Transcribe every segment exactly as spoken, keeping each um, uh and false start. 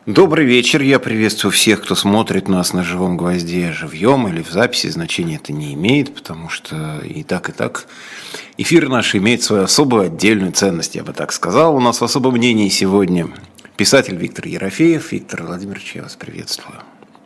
Добрый вечер, я приветствую всех, кто смотрит нас на живом гвозде живьем или в записи, значения это не имеет, потому что и так, и так эфир наш имеет свою особую отдельную ценность, я бы так сказал. У нас в особом мнении сегодня писатель Виктор Ерофеев. Виктор Владимирович, я вас приветствую.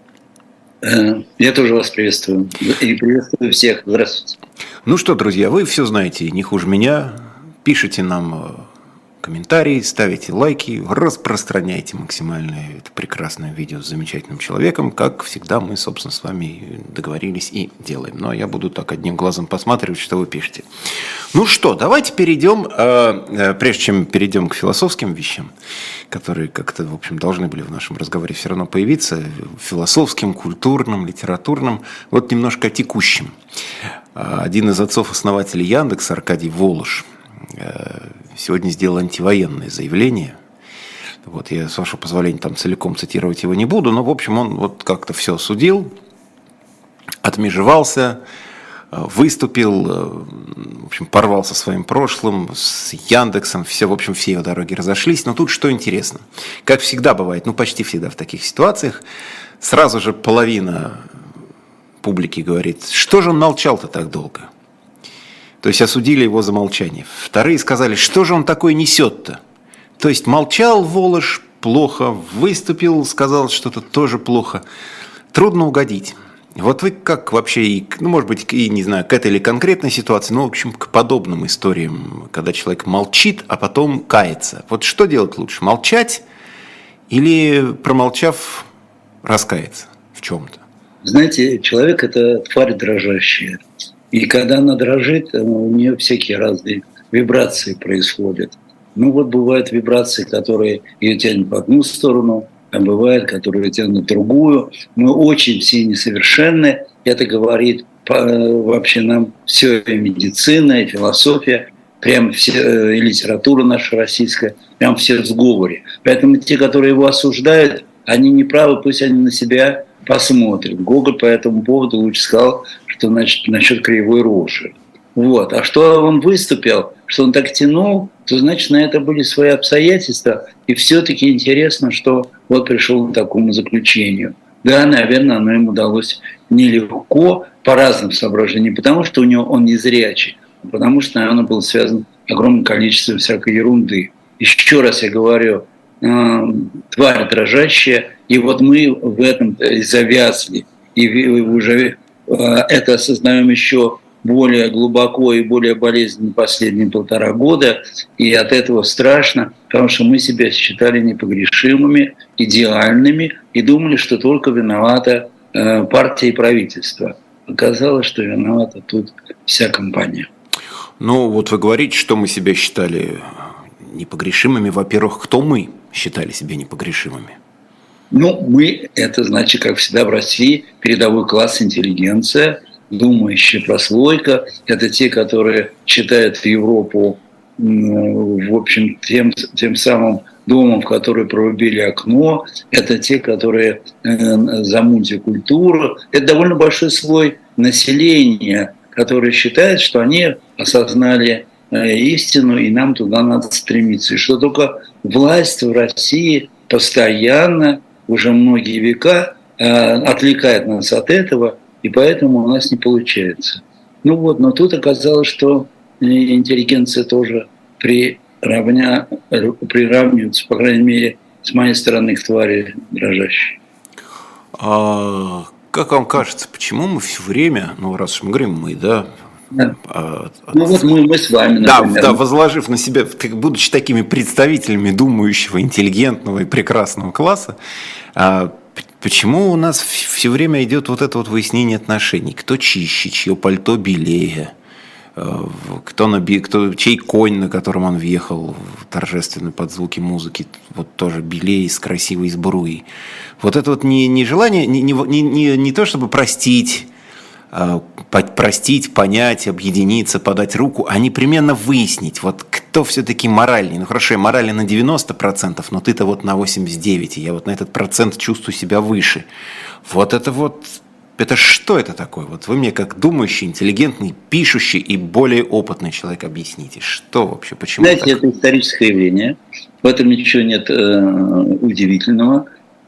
Я тоже вас приветствую. И приветствую всех. Здравствуйте. Ну что, друзья, вы все знаете не хуже меня. Пишите нам комментарии, ставите лайки, распространяйте максимально это прекрасное видео с замечательным человеком. Как всегда, мы, собственно, с вами договорились и делаем. Но я буду так одним глазом посматривать, что вы пишете. Ну что, давайте перейдем, прежде чем перейдем к философским вещам, которые как-то, в общем, должны были в нашем разговоре все равно появиться, философским, культурным, литературным, вот немножко о текущем. Один из отцов-основателей Яндекса, Аркадий Волош, сегодня сделал антивоенное заявление. Вот, я, с вашего позволения, там целиком цитировать его не буду, но, в общем, он вот как-то все осудил, отмежевался, выступил, в общем, порвал со своим прошлым, с Яндексом, все, в общем, все его дороги разошлись. Но тут что интересно, как всегда бывает, ну, почти всегда в таких ситуациях, сразу же половина публики говорит, что же он молчал-то так долго? То есть осудили его за молчание. Вторые сказали, что же он такое несет-то? То есть молчал Волош, плохо, выступил, сказал что-то тоже плохо. Трудно угодить. Вот вы как вообще, и, ну, может быть, и не знаю, к этой или конкретной ситуации, но, в общем, к подобным историям, когда человек молчит, а потом кается. Вот что делать лучше? Молчать или, промолчав, раскаяться в чем-то? Знаете, человек – это тварь дрожащая. И когда она дрожит, у нее всякие разные вибрации происходят. Ну вот бывают вибрации, которые ее тянут в одну сторону, а бывают, которые тянут в другую. Мы очень все несовершенны. Это говорит вообще нам все, и медицина, и философия, прям все, и литература наша российская, прям все в сговоре. Поэтому те, которые его осуждают, они не правы, пусть они на себя посмотрят. Гоголь по этому поводу лучше сказал, что значит насчет кривой рожи. Вот. А что он выступил, что он так тянул, то значит на это были свои обстоятельства. И все-таки интересно, что вот пришел к такому заключению. Да, наверное, оно ему удалось нелегко по разным соображениям, потому что у него он незрячий, а потому что, наверное, был связан огромным количеством всякой ерунды. Еще раз я говорю, тварь дрожащая, и вот мы в этом завязли, и уже это осознаем еще более глубоко и более болезненно последние полтора года, и от этого страшно, потому что мы себя считали непогрешимыми, идеальными, и думали, что только виновата партия и правительство. Оказалось, что виновата тут вся компания. Ну, вот вы говорите, что мы себя считали непогрешимыми. Во-первых, кто мы считали себя непогрешимыми? Ну, мы, это значит, как всегда в России, передовой класс, интеллигенция, думающая прослойка. Это те, которые считают Европу, в общем, тем, тем самым домом, в который прорубили окно. Это те, которые за мультикультуру. Это довольно большой слой населения, который считает, что они осознали истину, и нам туда надо стремиться. И что только власть в России постоянно, уже многие века, отвлекает нас от этого, и поэтому у нас не получается. Ну вот, но тут оказалось, что интеллигенция тоже приравня, приравнивается, по крайней мере, с моей стороны, к твари дрожащей. А как вам кажется, почему мы все время, ну раз уж мы говорим мы, да, Да. Ну вот мы, мы с вами, например. Да, да, возложив на себя, будучи такими представителями думающего, интеллигентного и прекрасного класса, почему у нас все время идет вот это вот выяснение отношений? Кто чище, чье пальто белее, кто, на, кто, чей конь, на котором он въехал торжественно под звуки музыки, вот тоже белее, с красивой сбруей. Вот это вот не, не желание, не, не, не, не то чтобы простить, простить, понять, объединиться, подать руку, а непременно выяснить, вот кто все-таки моральнее. Ну хорошо, я морально на девяносто процентов, но ты-то вот на восемьдесят девять процентов, и я вот на этот процент чувствую себя выше. Вот это вот, это что это такое? Вот вы мне как думающий, интеллигентный, пишущий и более опытный человек объясните, что вообще, почему Знаете, так? это историческое явление, в этом ничего нет э, удивительного.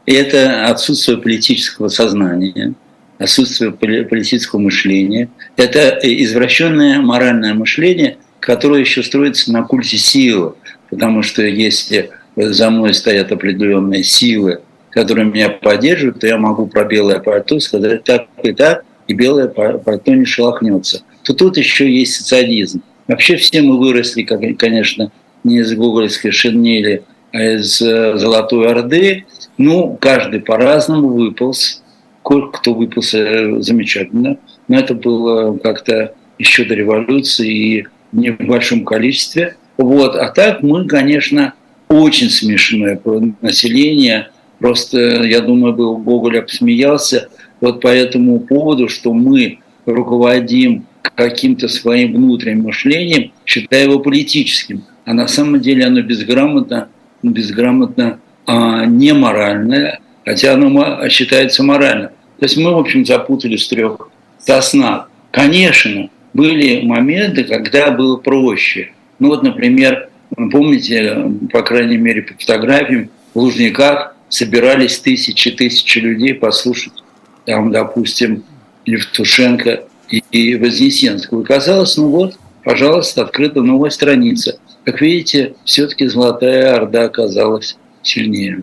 И это отсутствие политического сознания, отсутствие политического мышления. Это извращенное моральное мышление, которое еще строится на культе силы. Потому что если за мной стоят определенные силы, которые меня поддерживают, то я могу про белое пальто сказать так и так, и белое пальто не шелохнется. То тут еще есть социализм. Вообще все мы выросли, конечно, не из гоголевской шинели, а из Золотой Орды. Ну, каждый по-разному выполз. Кто выполз замечательно. Но это было как-то еще до революции и не в большом количестве. Вот. А так мы, конечно, очень смешное население. Просто, я думаю, был Гоголь обсмеялся вот по этому поводу, что мы руководим каким-то своим внутренним мышлением, считая его политическим. А на самом деле оно безграмотно, безграмотно а, не моральное, хотя оно считается моральным. То есть мы, в общем, запутались в трех соснах. Конечно, были моменты, когда было проще. Ну вот, например, помните, по крайней мере, по фотографиям, в Лужниках собирались тысячи тысячи людей послушать, там, допустим, Евтушенко и Вознесенского. И казалось, ну вот, пожалуйста, открыта новая страница. Как видите, все-таки Золотая Орда оказалась сильнее.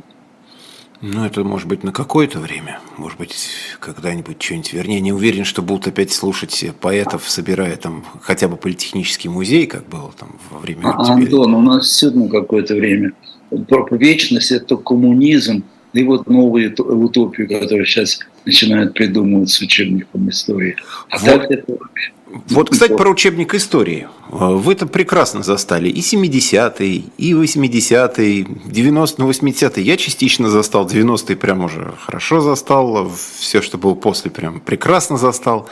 Ну, это может быть на какое-то время. Может быть, когда-нибудь что-нибудь. Вернее, не уверен, что будут опять слушать поэтов, собирая там хотя бы политехнический музей, как было там во время а, Антон, у нас все на какое-то время. Вечность – это коммунизм, и вот новую утопию, которую сейчас начинают придумывать с учебником истории. А вот, так это... вот, кстати, про учебник истории. Вы-то прекрасно застали и семидесятые, и восьмидесятые, девяностые, восьмидесятые. Я частично застал, девяностые прям уже хорошо застал, все, что было после, прям прекрасно застал.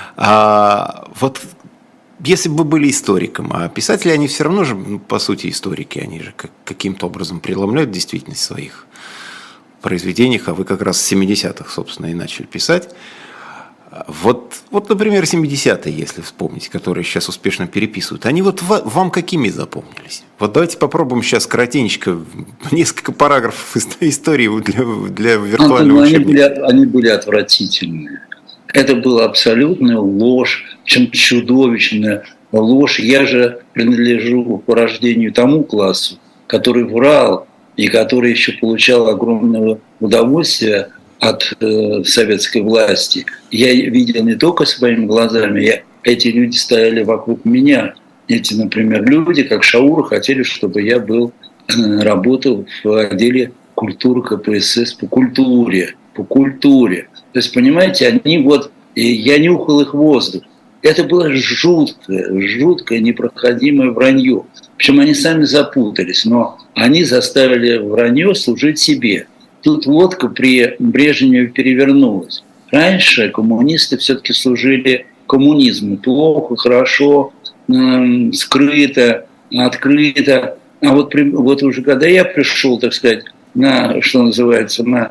А вот если бы вы были историком, а писатели, они все равно же, ну, по сути, историки, они же каким-то образом преломляют действительность в своих произведениях, а вы как раз в семидесятых, собственно, и начали писать. Вот, вот, например, семидесятые, если вспомнить, которые сейчас успешно переписывают, они вот вам какими запомнились? Вот давайте попробуем сейчас коротенько, несколько параграфов истории для, для виртуального они учебника. Были, они были отвратительные. Это была абсолютная ложь, причем чудовищная ложь. Я же принадлежу по рождению тому классу, который врал и который еще получал огромное удовольствие от э, советской власти. Я видел не только своими глазами, я, эти люди стояли вокруг меня. Эти, например, люди, как Шаура, хотели, чтобы я был, э, работал в отделе культуры ка пэ эс эс по культуре. По культуре. То есть, понимаете, они вот, и я нюхал их воздух. Это было жуткое, жуткое, непроходимое вранье. Причем они сами запутались, но они заставили вранье служить себе. Тут лодка при Брежневе перевернулась. Раньше коммунисты все-таки служили коммунизму. Плохо, хорошо, э, скрыто, открыто. А вот, при, вот уже когда я пришел, так сказать, на, что называется, на,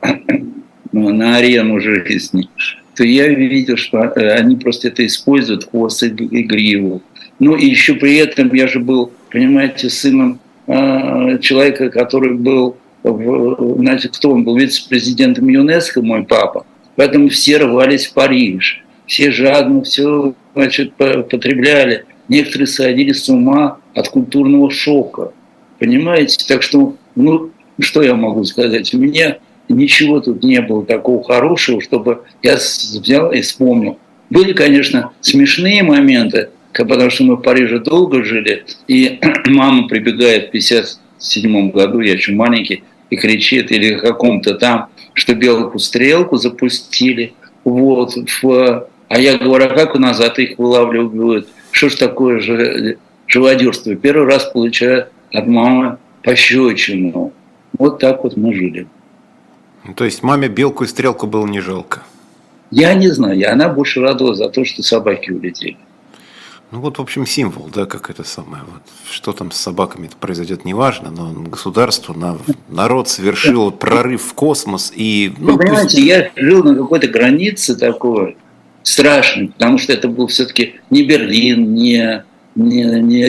на арену жизни, то я видел, что они просто это используют, хвост и гриву. Ну и еще при этом я же был, понимаете, сыном э, человека, который был, в, знаете, кто он был, вице-президентом ЮНЕСКО, мой папа. Поэтому все рвались в Париж, все жадно все, значит, потребляли. Некоторые сходили с ума от культурного шока. Понимаете? Так что, ну, что я могу сказать? У меня ничего тут не было такого хорошего, чтобы я взял и вспомнил. Были, конечно, смешные моменты, потому что мы в Париже долго жили, и мама прибегает в пятьдесят седьмом году, я еще маленький, и кричит, или в каком-то там, что белку-стрелку запустили. Вот, в... А я говорю, а как у нас назад их вылавливают? Что ж такое же живодерство? Первый раз получаю от мамы пощечину. Вот так вот мы жили. То есть маме белку и стрелку было не жалко? Я не знаю, она больше радовалась за то, что собаки улетели. Ну вот, в общем, символ, да, как это самое. Вот, что там с собаками произойдет, неважно, но государство, на, народ совершил прорыв в космос. И, ну, Вы понимаете, пусть... я жил на какой-то границе такой страшной, потому что это был все-таки не Берлин, не, не, не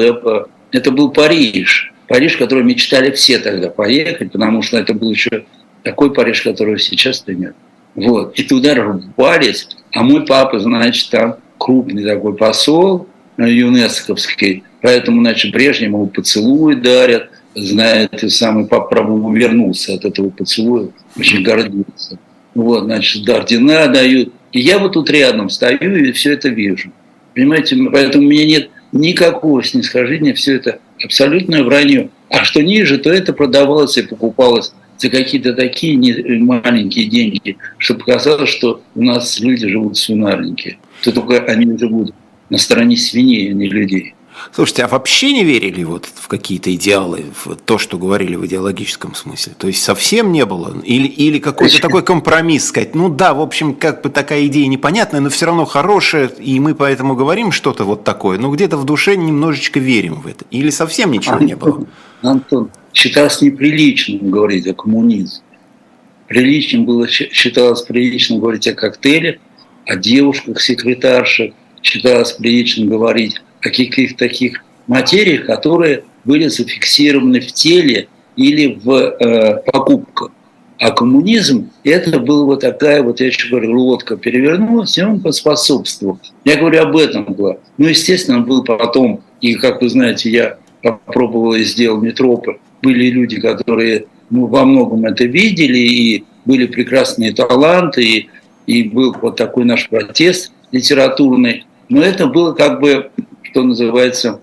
Аддис-Абеба, это был Париж. Париж, в который мечтали все тогда поехать, потому что это был еще такой Париж, которого сейчас-то нет. Вот. И туда рвались, а мой папа, значит, там крупный такой посол юнесковский, поэтому, значит, Брежневу поцелуй дарят, знает, и самый папа, правда, вернулся от этого поцелуя, очень гордился. Вот, значит, ордена дают. И я вот тут рядом стою и все это вижу. Понимаете, поэтому у меня нет никакого снисхождения, все это абсолютное вранье. А что ниже, то это продавалось и покупалось за какие-то такие маленькие деньги, что показалось, что у нас люди живут свинарники. То только они живут на стороне свиней, а не людей. Слушайте, а вообще не верили вот в какие-то идеалы, в то, что говорили в идеологическом смысле? То есть совсем не было? Или, или какой-то Зачем? такой компромисс сказать, ну да, в общем, как бы такая идея непонятная, но все равно хорошая, и мы поэтому говорим что-то вот такое, но где-то в душе немножечко верим в это? Или совсем ничего Антон, не было? Антон, считалось неприличным говорить о коммунизме. Приличным было, считалось приличным говорить о коктейлях, о девушках-секретаршах, считалось приличным говорить о каких-то таких материях, которые были зафиксированы в теле или в э, покупках. А коммунизм – это была вот такая, вот я еще говорю, лодка перевернулась, и он поспособствовал. Я говорю об этом было. Ну, естественно, был потом, и, как вы знаете, я попробовал и сделал метропы. Были люди, которые ну, во многом это видели, и были прекрасные таланты, и, и был вот такой наш протест литературный. Но это было как бы, что называется,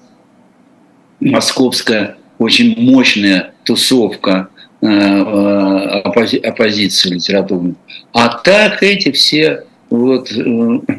московская очень мощная тусовка э, оппози- оппозиции литературной. А так эти все, вот, э,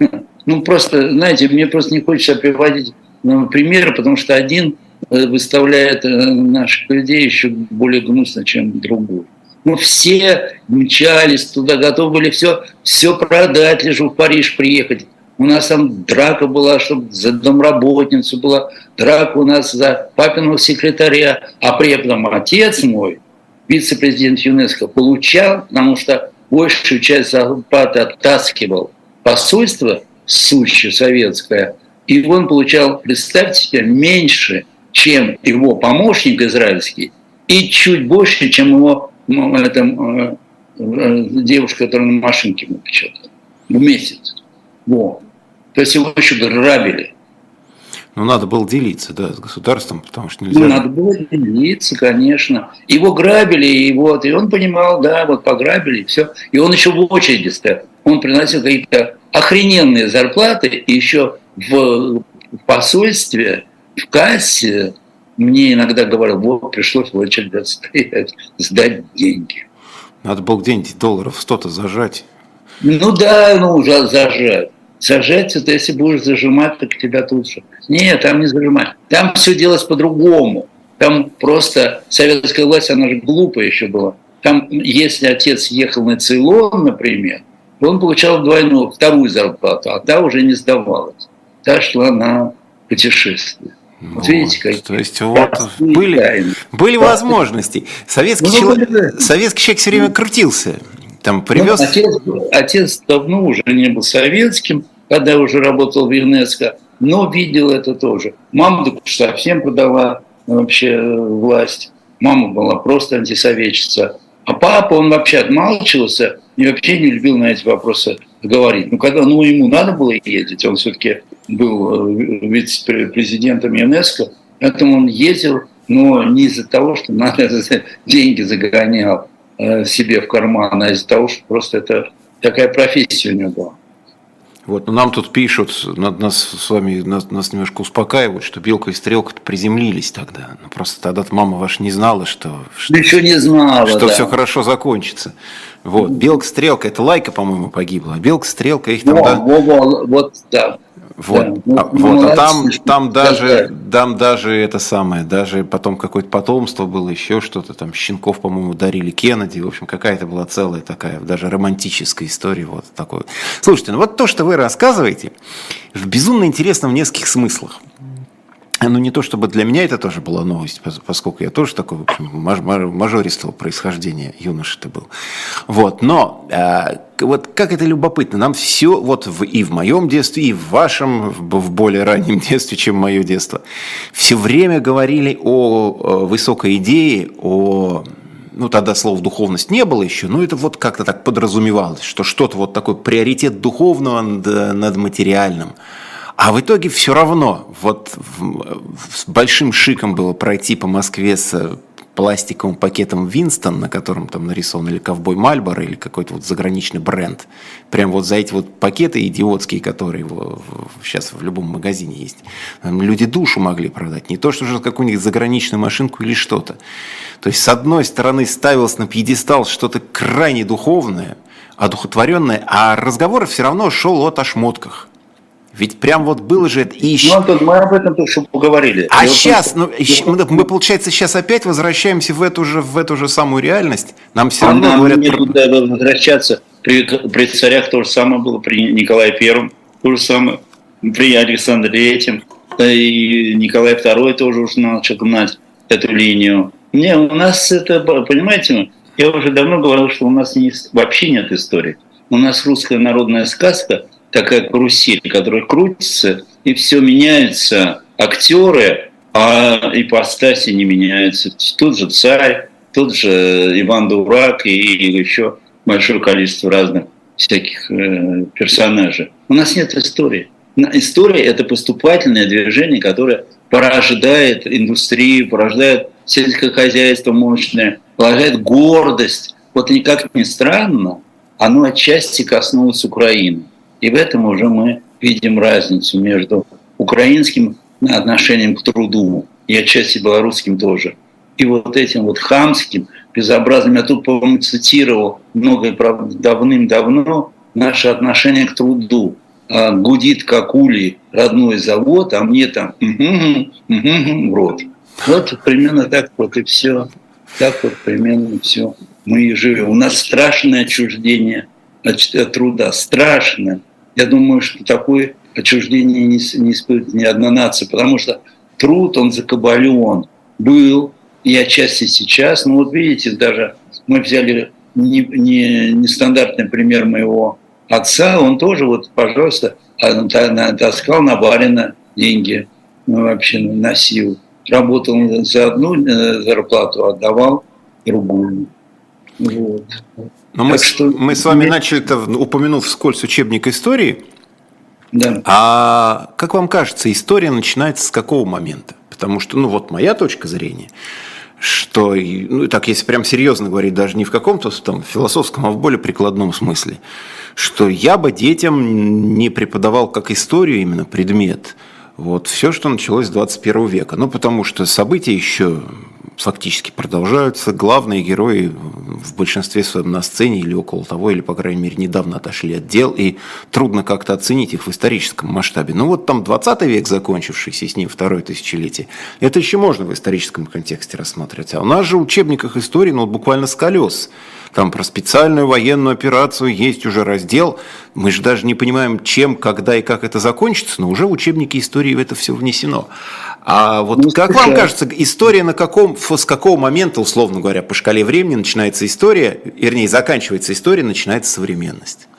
ну просто, знаете, мне просто не хочется приводить ну, примеры, потому что один выставляет наших людей еще более гнусно, чем другой. Ну, все мчались туда, готовы были все, все продать, лишь в Париж приехать. У нас там драка была, чтобы за домработницу была, драка у нас за папиного секретаря. А при этом отец мой, вице-президент ЮНЕСКО, получал, потому что большую часть зарплаты оттаскивал посольство, сущее советское, и он получал, представьте себе, меньше, чем его помощник израильский, и чуть больше, чем его ну, это, девушка, которая на машинке ему печатала. В месяц. Вот. То есть его еще грабили. Ну, надо было делиться, да, с государством, потому что нельзя... Ну, надо было делиться, конечно. Его грабили, и, вот, и он понимал, да, вот пограбили, и все. И он еще в очереди стоял. Он приносил какие-то охрененные зарплаты, и еще в посольстве, в кассе мне иногда говорил, вот, пришлось в очереди стоять, сдать деньги. Надо было где-нибудь долларов сто-то зажать. Ну да, ну уже зажать. Зажать, это если будешь зажимать, так тебя тут же. Нет, там не зажимать. Там все делалось по-другому. Там просто советская власть, она же глупая еще была. Там, если отец ехал на Цейлон, например, он получал двойную, вторую зарплату, а та уже не сдавалась. Та шла на путешествие. Вот, вот видите, как то есть вот были, были возможности. Советский, ну, человек, были... советский человек все время крутился. Там привез... ну, отец, отец давно уже не был советским, когда уже работал в ЮНЕСКО, но видел это тоже. Мама так совсем подала вообще власть. Мама была просто антисоветчица. А папа, он вообще отмалчивался и вообще не любил на эти вопросы говорить. Ну, когда ну, ему надо было ездить, он все-таки был вице-президентом ЮНЕСКО, поэтому он ездил, но не из-за того, что надо деньги загонял себе в карман, а из-за того, что просто это такая профессия у него была. Вот, ну нам тут пишут, нас с вами нас, нас немножко успокаивают, что Белка и Стрелка приземлились тогда. Ну, просто тогда мама ваша не знала, что, что, еще не знала, что да. все хорошо закончится. Вот. Белка-стрелка, это Лайка, по-моему, погибла. А Белка-стрелка их там... Во, да... во, во, вот, да. Вот, да. а, вот. а там, там, даже, там даже это самое, даже потом какое-то потомство было, еще что-то, там щенков, по-моему, дарили Кеннеди, в общем, какая-то была целая такая, даже романтическая история, вот такой. Слушайте, ну вот то, что вы рассказываете, безумно интересно в нескольких смыслах. Ну, не то чтобы для меня это тоже была новость, поскольку я тоже такой, в общем, мажористого происхождения юноша-то был. Вот, но э, вот как это любопытно, нам все, вот в, и в моем детстве, и в вашем, в, в более раннем детстве, чем мое детство, все время говорили о, о высокой идее, о ну тогда слова духовность не было еще, но это вот как-то так подразумевалось, что что-то вот такой приоритет духовного над материальным. А в итоге все равно вот с большим шиком было пройти по Москве с пластиковым пакетом Винстон, на котором там нарисован или ковбой Мальборо, или какой-то вот заграничный бренд. Прям вот за эти вот пакеты идиотские, которые сейчас в любом магазине есть. Там люди душу могли продать. Не то, что же какую-нибудь заграничную машинку или что-то. То есть, с одной стороны, ставилось на пьедестал что-то крайне духовное, одухотворенное, а разговор все равно шел о ошмотках. Ведь прям вот было же это и еще... Ну, Антон, мы об этом только что поговорили. А сейчас, ну, мы, мы, получается, сейчас опять возвращаемся в эту же, в эту же самую реальность. Нам все равно нам говорят... Некуда про... возвращаться. При, при царях то же самое было, при Николае Первом, то же самое, при Александре Третьем. И Николай Второй тоже уже начал гнать эту линию. Не, у нас это, понимаете, я уже давно говорил, что у нас не, вообще нет истории. У нас русская народная сказка, такая карусель, которая крутится, и все меняется, актеры, а ипостаси не меняются. Тот же царь, тот же Иван Дурак и еще большое количество разных всяких э, персонажей. У нас нет истории. История – это поступательное движение, которое порождает индустрию, порождает сельское хозяйство мощное, порождает гордость. Вот и как ни странно, оно отчасти коснулось Украины. И в этом уже мы видим разницу между украинским отношением к труду и отчасти белорусским тоже. И вот этим вот хамским, безобразным, я тут, по-моему, цитировал многое, правда, давным-давно, наше отношение к труду. Гудит, как улей, родной завод, а мне там угу, угу, в рот. Вот примерно так вот и все. Так вот примерно все. Мы и живем. У нас страшное отчуждение от, от труда. Страшное. Я думаю, что такое отчуждение не, не испытывает ни одна нация, потому что труд, он закабален. Был, и отчасти сейчас. Ну вот видите, даже мы взяли не, не, нестандартный пример моего отца, он тоже, вот, пожалуйста, таскал на барина деньги, ну, вообще носил. Работал за одну зарплату, отдавал другую. Вот. Но мы, что, мы с вами начали, упомянув вскользь учебник истории. Да. А как вам кажется, история начинается с какого момента? Потому что, ну вот моя точка зрения, что, ну так, если прям серьезно говорить, даже не в каком-то там философском, а в более прикладном смысле, что я бы детям не преподавал как историю именно предмет, вот все, что началось с двадцать первого века. Ну, потому что события еще фактически продолжаются. Главные герои в большинстве своем на сцене или около того, или, по крайней мере, недавно отошли от дел, и трудно как-то оценить их в историческом масштабе. Ну, вот там двадцатый век закончившийся, и с ним второе тысячелетие, это еще можно в историческом контексте рассматривать. А у нас же в учебниках истории, ну, буквально с колес. Там про специальную военную операцию есть уже раздел. Мы же даже не понимаем, чем, когда и как это закончится, но уже в учебнике истории это все внесено. А вот ну, как слушай, вам кажется, история на каком, с какого момента, условно говоря, по шкале времени начинается история, вернее, заканчивается история, начинается современность?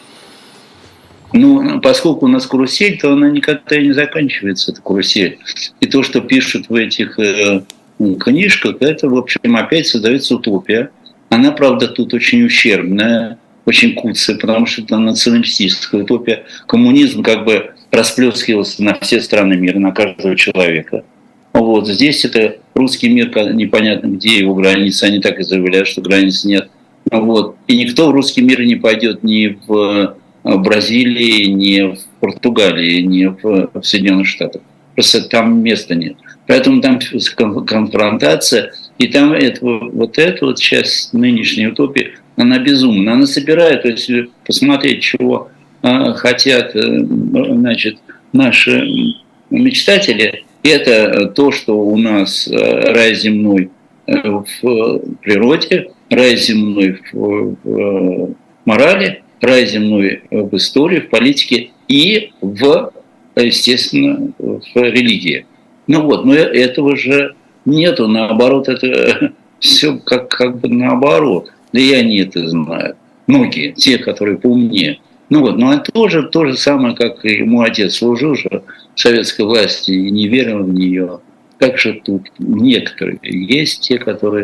Ну, поскольку у нас карусель, то она никогда и не заканчивается, эта карусель. И то, что пишут в этих э, книжках, это, в общем, опять создается утопия. Она, правда, тут очень ущербная, очень куцая, потому что это националистическая утопия. Коммунизм как бы расплескивался на все страны мира, на каждого человека. Вот. Здесь это русский мир, непонятно где его границы, они так и заявляют, что границ нет. Вот. И никто в русский мир не пойдет ни в Бразилии, ни в Португалии, ни в Соединенных Штатах. Просто там места нет. Поэтому там конфронтация, и там это, вот эта вот часть нынешней утопии, она безумна. Она собирает, то есть посмотреть, чего э, хотят э, значит, наши мечтатели, это то, что у нас э, рай земной э, в природе, рай земной в, в морали, рай земной в истории, в политике и, в, естественно, в религии. Ну вот, но этого же нету, наоборот, это все как, как бы наоборот. Да и они это знают. Многие, те, которые поумнее. Ну вот, но это тоже то же самое, как и мой отец служил же в советской власти и не верил в нее. Как же тут некоторые есть те, которые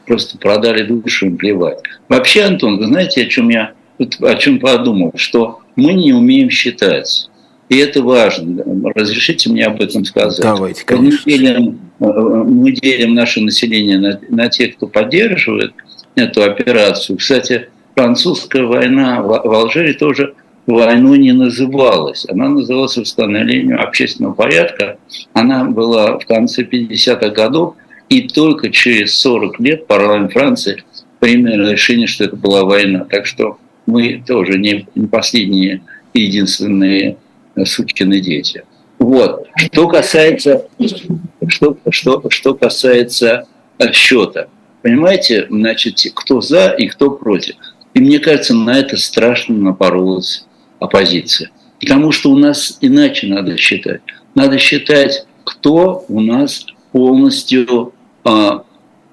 просто продали душу, им плевать. Вообще, Антон, вы знаете, о чем я о чем подумал? Что мы не умеем считать. И это важно. Разрешите мне об этом сказать. Давайте, конечно. Мы делим, мы делим наше население на, на тех, кто поддерживает эту операцию. Кстати, французская война в Алжире тоже войной не называлась. Она называлась восстановлением общественного порядка. Она была в конце пятидесятых годов, и только через сорок лет парламент Франции принял решение, что это была война. Так что мы тоже не последние и единственные сукины дети. Вот. Что касается, что, что, что касается счета. Понимаете, значит, кто за и кто против. И мне кажется, на это страшно напоролась оппозиция. Потому что у нас иначе надо считать. Надо считать, кто у нас полностью а,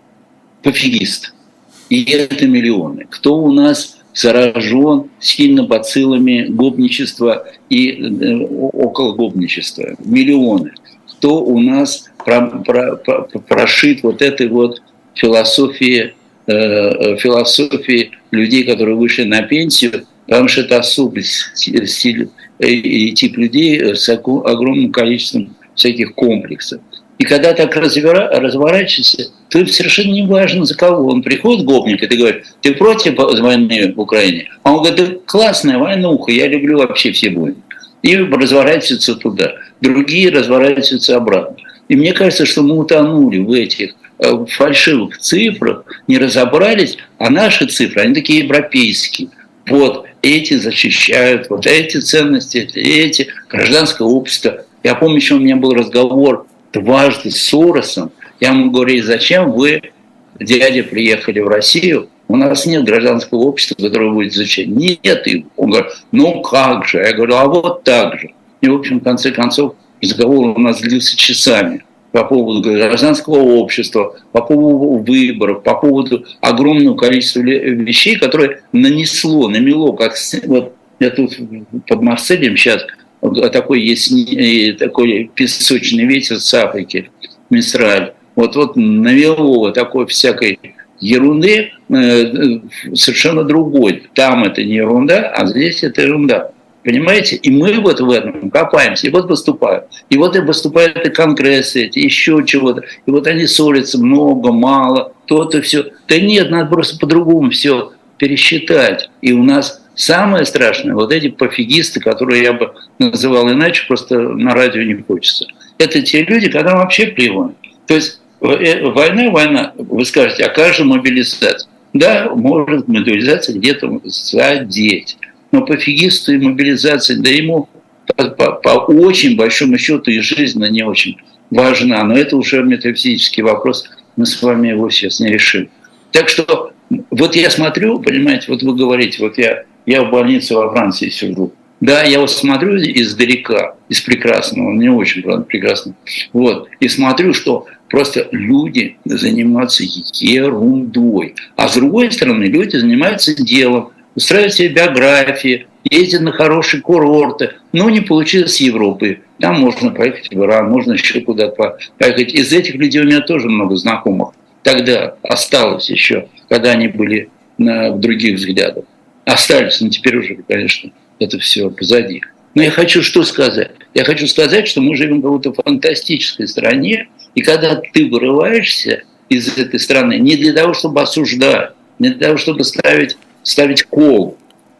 пофигист. И это миллионы. Кто у нас заражен сильно бациллами гопничества и э, около гопничества. Миллионы. Кто у нас про, про, про, прошит вот этой вот философии, э, философии людей, которые вышли на пенсию, потому что это особый стиль и тип людей с огромным количеством всяких комплексов. И когда так разворачивается, то совершенно не важно, за кого. Он приходит, гопник, и ты говоришь, ты против войны в Украине? А он говорит, да классная войнуха, я люблю вообще все войны. И разворачиваются туда. Другие разворачиваются обратно. И мне кажется, что мы утонули в этих фальшивых цифрах, не разобрались, а наши цифры, они такие европейские. Вот эти защищают, вот эти ценности, эти, гражданское общество. Я помню, еще у меня был разговор дважды с Соросом. Я ему говорю, зачем вы, дядя, приехали в Россию? У нас нет гражданского общества, которое будет изучать. Нет. И он говорит, ну как же? Я говорю, а вот так же. И, в общем, в конце концов, разговор у нас длился часами по поводу гражданского общества, по поводу выборов, по поводу огромного количества вещей, которые нанесло, намело, как вот я тут под Марселем сейчас, такой есть такой песочный ветер с Африки, Мистраль. Вот, вот навело такой всякой ерунды совершенно другой. Там это не ерунда, а здесь это ерунда. Понимаете? И мы вот в этом копаемся, и вот выступают. И вот и выступают и конгрессы эти, еще чего-то. И вот они ссорятся много, мало, то-то все. Да нет, надо просто по-другому все пересчитать. И у нас самое страшное, вот эти пофигисты, которые я бы называл иначе, просто на радио не хочется. Это те люди, которым вообще плевать. То есть война, война, вы скажете, а как же мобилизация? Да, может мобилизация где-то задеть. Но пофигисту и мобилизация, да ему по, по, по очень большому счету и жизнь не очень важна. Но это уже метафизический вопрос, мы с вами его сейчас не решим. Так что вот я смотрю, понимаете, вот вы говорите, вот я, я в больнице во Франции сижу. Да, я вот смотрю издалека, из прекрасного, не очень, правда, прекрасно. Вот, и смотрю, что просто люди занимаются ерундой. А с другой стороны, люди занимаются делом, устраивают себе биографии, ездят на хорошие курорты. Но не получилось с Европы. Там можно поехать в Иран, можно еще куда-то поехать. Из этих людей у меня тоже много знакомых. Тогда осталось еще, когда они были на, в других взглядах. Остались, но теперь уже, конечно, это все позади. Но я хочу что сказать? Я хочу сказать, что мы живем в какой-то фантастической стране, и когда ты вырываешься из этой страны не для того, чтобы осуждать, не для того, чтобы ставить, ставить кол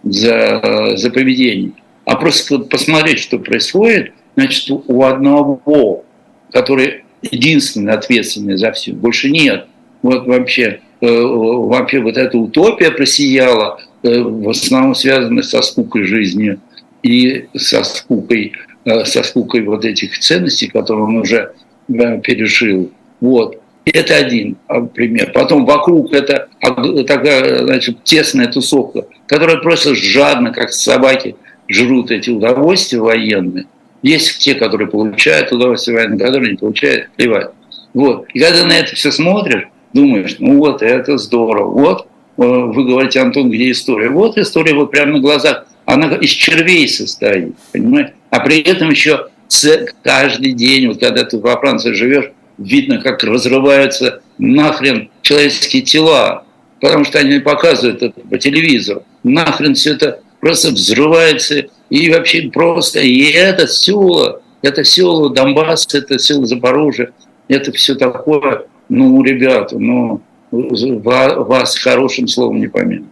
за, за поведение, а просто посмотреть, что происходит, значит, у одного, который единственный ответственный за все, больше нет. Вот вообще, вообще вот эта утопия просияла, в основном связанная со скукой жизни и со скукой, со скукой вот этих ценностей, которые он уже пережил. Вот. Это один пример. Потом вокруг это такая, значит, тесная тусовка, которая просто жадно, как собаки, жрут эти удовольствия военные. Есть те, которые получают удовольствие военное, которые не получают, плевать. Вот. И когда на это все смотришь, думаешь, ну вот, это здорово. Вот, вы говорите, Антон, где история? Вот история вот прямо на глазах. Она из червей состоит, понимаете? А при этом еще каждый день, вот когда ты во Франции живешь, видно, как разрываются нахрен человеческие тела, потому что они показывают это по телевизору. Нахрен все это просто взрывается, и вообще просто, и это села, это села Донбасса, это села Запорожья, это все такое, ну, ребята, ну, вас хорошим словом не помянут.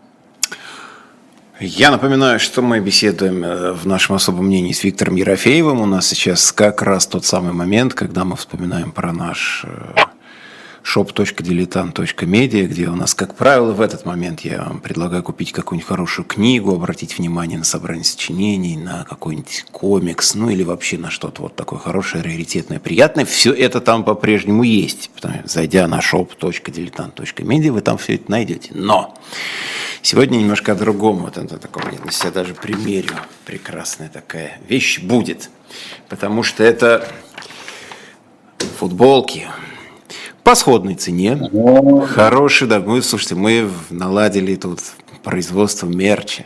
Я напоминаю, что мы беседуем в нашем особом мнении с Виктором Ерофеевым. У нас сейчас как раз тот самый момент, когда мы вспоминаем про наш шоп точка дилетант точка медиа, где у нас, как правило, в этот момент я вам предлагаю купить какую-нибудь хорошую книгу, обратить внимание на собрание сочинений, на какой-нибудь комикс, ну или вообще на что-то вот такое хорошее, раритетное, приятное. Все это там по-прежнему есть. Зайдя на шоп точка дилетант точка медиа, вы там все это найдете. Но сегодня немножко о другом. Вот это такое, я на себя даже примерю. Прекрасная такая вещь будет. Потому что это футболки по сходной цене. Хороший, да. Мы, слушайте, мы наладили тут производство мерча.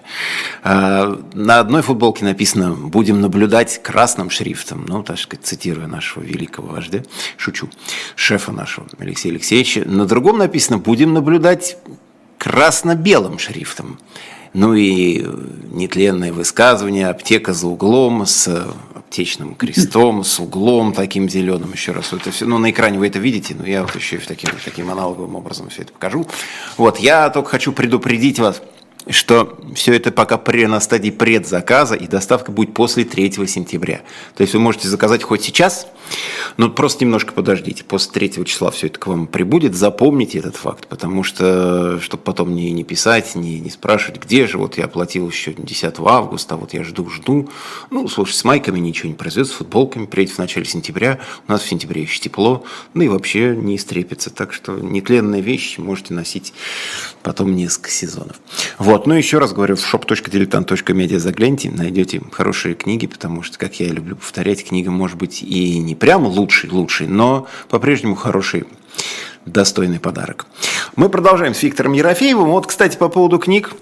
На одной футболке написано «Будем наблюдать» красным шрифтом. Ну, так сказать, цитируя нашего великого вождя, шучу, шефа нашего Алексея Алексеевича. На другом написано «Будем наблюдать» красно-белым шрифтом. Ну и нетленное высказывание «Аптека за углом» с аптечным крестом, с углом таким зеленым. Еще раз, это все, ну, на экране вы это видите, но я вот еще и таким, таким аналоговым образом все это покажу. Вот, я только хочу предупредить вас, что все это пока при, на стадии предзаказа, и доставка будет после третьего сентября. То есть вы можете заказать хоть сейчас, но просто немножко подождите. После третьего числа все это к вам прибудет. Запомните этот факт, потому что, чтобы потом не, не писать, не, не спрашивать, где же, вот я оплатил еще десятого августа, вот я жду, жду. Ну, слушай, с майками ничего не произойдет, с футболками приедет в начале сентября. У нас в сентябре еще тепло, ну и вообще не истрепится. Так что нетленная вещь можете носить потом несколько сезонов. Вот, ну еще раз говорю, в шоп точка дилетант точка медиа загляните, найдете хорошие книги, потому что, как я и люблю повторять, книга может быть и не прямо лучший-лучший, но по-прежнему хороший, достойный подарок. Мы продолжаем с Виктором Ерофеевым. Вот, кстати, по поводу книг,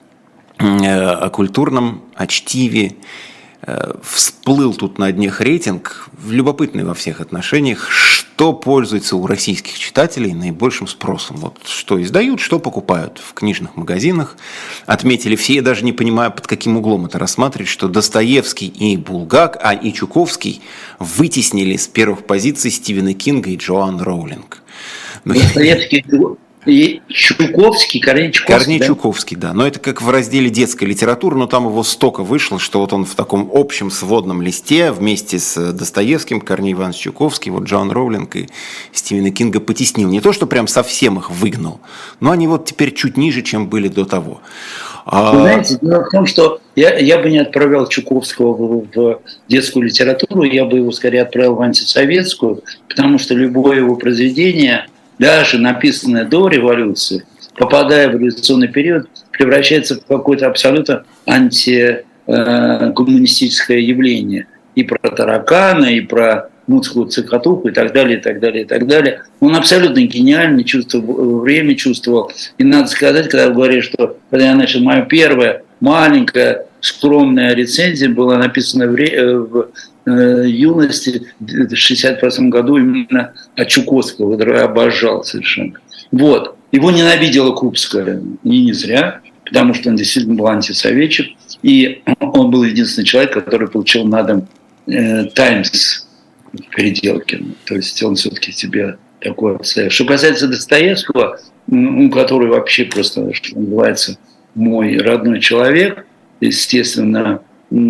о культурном, о чтиве, всплыл тут на днях рейтинг, любопытный во всех отношениях, что пользуется у российских читателей наибольшим спросом. Вот что издают, что покупают в книжных магазинах. Отметили все, я даже не понимаю, под каким углом это рассматривать, что Достоевский и Булгак, а и Чуковский вытеснили с первых позиций Стивена Кинга и Джоан Роулинг. Достоевский и Чуковский, Корней Чуковский. Корней да? Чуковский, да. Но это как в разделе детской литературы, но там его столько вышло, что вот он в таком общем сводном листе вместе с Достоевским, Корней Иванович Чуковский, вот Джоан Роулинг и Стивена Кинга потеснил. Не то, что прям совсем их выгнал, но они вот теперь чуть ниже, чем были до того. Вы знаете, дело в том, что я, я бы не отправлял Чуковского в, в детскую литературу, я бы его скорее отправил в антисоветскую, потому что любое его произведение, даже написанное до революции, попадая в революционный период, превращается в какое-то абсолютно антикоммунистическое явление. И про таракана, и про мутскую цикатуху, и так далее, и так далее, и так далее. Он абсолютно гениальный, чувствовал, время чувствовал. И надо сказать, когда говорят, что когда я начал, моя первая маленькая скромная рецензия была написана в, в э, юности в шестьдесят восьмом году именно от Чуковского, который я обожал совершенно. Вот. Его ненавидела Крупская, и не зря, потому что он действительно был антисоветчик, и он был единственный человек, который получил на дом э, «Таймс» в переделке. То есть он все-таки себе такое обстоял. Что касается Достоевского, ну, который вообще просто, что называется, мой родной человек, естественно,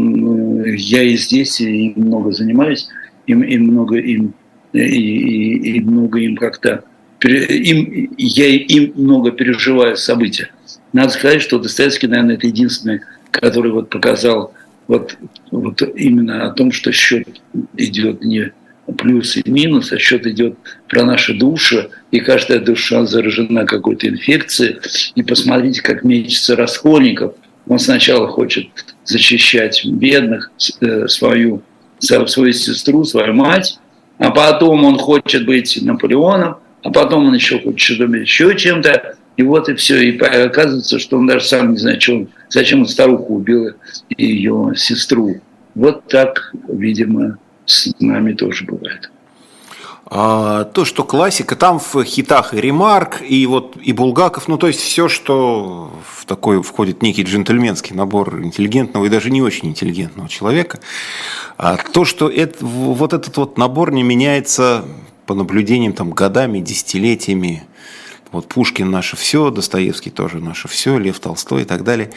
я и здесь и много занимаюсь, и, и много им, и, и, и много им как-то, им, я им много переживаю события. Надо сказать, что Достоевский, наверное, это единственный, который вот показал вот, вот именно о том, что счет идет не плюс и минус, а счет идет про наши души, и каждая душа заражена какой-то инфекцией. И посмотрите, как мечется Раскольников. Он сначала хочет защищать бедных, свою, свою сестру, свою мать, а потом он хочет быть Наполеоном, а потом он еще хочет быть еще чем-то. И вот и все. И оказывается, что он даже сам не знает, что он, зачем он старуху убил и ее сестру. Вот так, видимо, с нами тоже бывает. А, то, что классика, там в хитах и Ремарк, и вот и Булгаков, ну то есть все, что в такой входит некий джентльменский набор интеллигентного и даже не очень интеллигентного человека. А то, что это, вот этот вот набор не меняется по наблюдениям там годами, десятилетиями. Вот Пушкин наше все, Достоевский тоже наше все, Лев Толстой и так далее.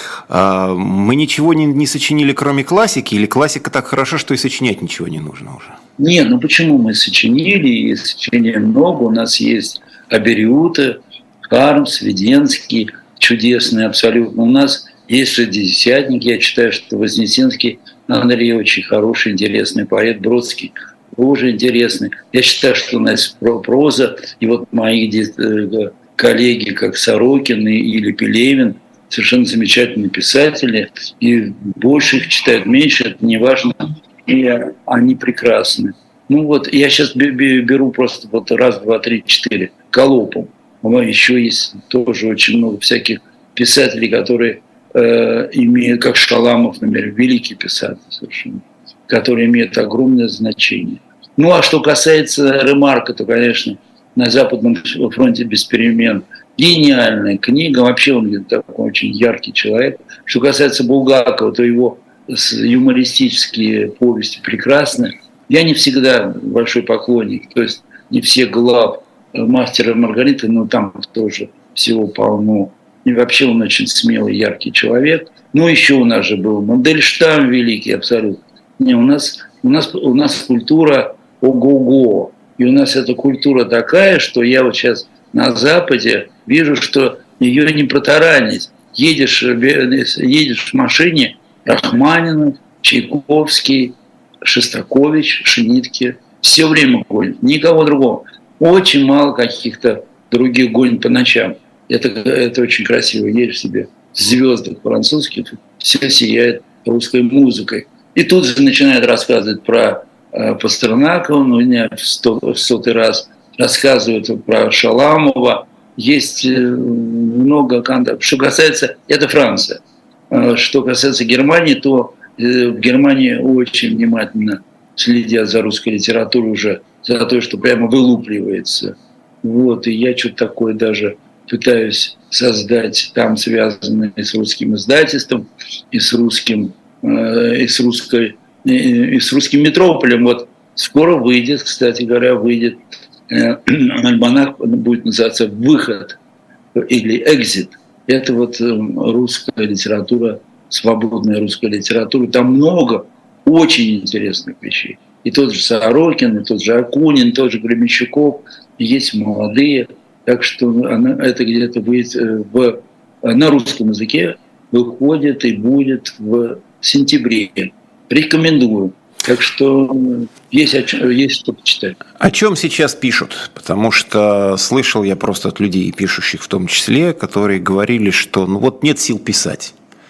Мы ничего не, не сочинили, кроме классики, или классика так хороша, что и сочинять ничего не нужно уже? Нет, ну почему мы сочинили, и сочинений много. У нас есть Абериута, Хармс, Веденский, чудесный абсолютно. У нас есть шестидесятники, я считаю, что Вознесенский Андрей очень хороший, интересный поэт, Бродский тоже интересный. Я считаю, что у нас проза, и вот мои коллеги, как Сорокин или Пелевин, совершенно замечательные писатели, и больше их читают, меньше, это не важно, и они прекрасны. Ну вот, я сейчас беру просто вот раз, два, три, четыре, Колопом. Еще есть тоже очень много всяких писателей, которые э, имеют, как Шаламов, например, великий писатель совершенно, который имеет огромное значение. Ну, а что касается Ремарка, то, конечно, на Западном фронте без перемен гениальная книга. Вообще он такой очень яркий человек. Что касается Булгакова, то его юмористические повести прекрасны. Я не всегда большой поклонник, то есть не все глав «Мастера и Маргариты», но там тоже всего полно. И вообще он очень смелый, яркий человек. Ну, еще у нас же был Мандельштам великий, абсолютно. Не, у нас, у нас, у нас культура ого-го. И у нас эта культура такая, что я вот сейчас на Западе вижу, что ее не протаранить. Едешь, едешь в машине, Рахманинов, Чайковский, Шостакович, Шинитки. Все время гонят, никого другого. Очень мало каких-то других гонят по ночам. Это, это очень красиво. Едешь себе в звездах французских, все сияет русской музыкой. И тут же начинает рассказывать про э, Пастернака, он у меня в, сто, в сотый раз рассказывает про Шаламова. Есть э, много контактов. Что касается, это Франция. Э, что касается Германии, то э, в Германии очень внимательно следят за русской литературой уже, за то, что прямо вылупливается. Вот, и я что-то такое даже пытаюсь создать там, связанное с русским издательством и с русским и с, русской, и с русским метрополем. Вот скоро выйдет, кстати говоря, выйдет альманах, будет называться «Выход» или «Экзит». Это вот русская литература, свободная русская литература. Там много очень интересных вещей. И тот же Сорокин, и тот же Акунин, и тот же Гремячуков. Есть молодые. Так что она, это где-то будет в, на русском языке, выходит и будет в сентябре. Рекомендую. Так что есть, есть что почитать. О чем сейчас пишут? Потому что слышал я просто от людей, пишущих в том числе, которые говорили, что ну вот нет сил писать.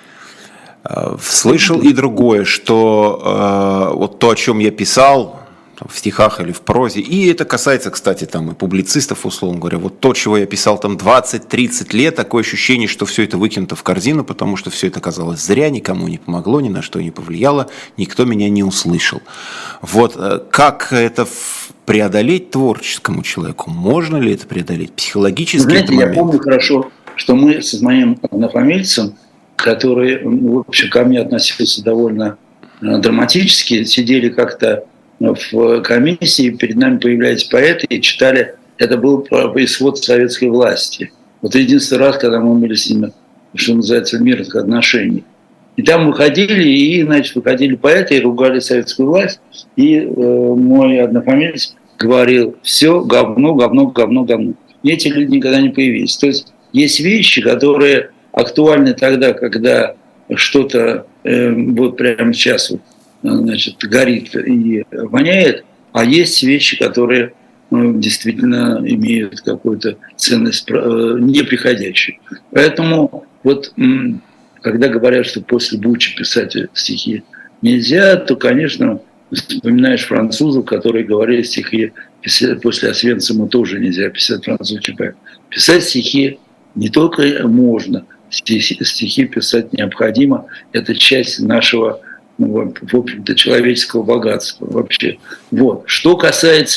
Слышал и другое, что э, вот то, о чем я писал там, в стихах или в прозе, и это касается, кстати, там и публицистов, условно говоря, вот то, чего я писал там двадцать-тридцать лет, такое ощущение, что все это выкинуто в корзину, потому что все это оказалось зря, никому не помогло, ни на что не повлияло, никто меня не услышал. Вот как это преодолеть творческому человеку? Можно ли это преодолеть психологически? Знаете, я помню хорошо, что мы с моим однофамильцем, который, в общем, ко мне относился довольно драматически, сидели как-то в комиссии, перед нами появлялись поэты и читали, это был исход советской власти. Вот единственный раз, когда мы были с ними, что называется, в мирных отношениях. И там выходили, и, значит, выходили поэты и ругали советскую власть, и э, мой однофамилец говорил: все, говно, говно, говно, говно. И эти люди никогда не появились. То есть есть вещи, которые актуальны тогда, когда что-то э, вот прямо сейчас вот, значит, горит и воняет, а есть вещи, которые ну, действительно имеют какую-то ценность э, неприходящую. Поэтому вот когда говорят, что после Бучи писать стихи нельзя, то, конечно, вспоминаешь французов, которые говорили стихи, писать после Освенцима тоже нельзя писать французский поэт. Писать стихи не только можно, стихи, стихи писать необходимо. Это часть нашего, ну, в общем-то, человеческого богатства вообще. Вот. Что касается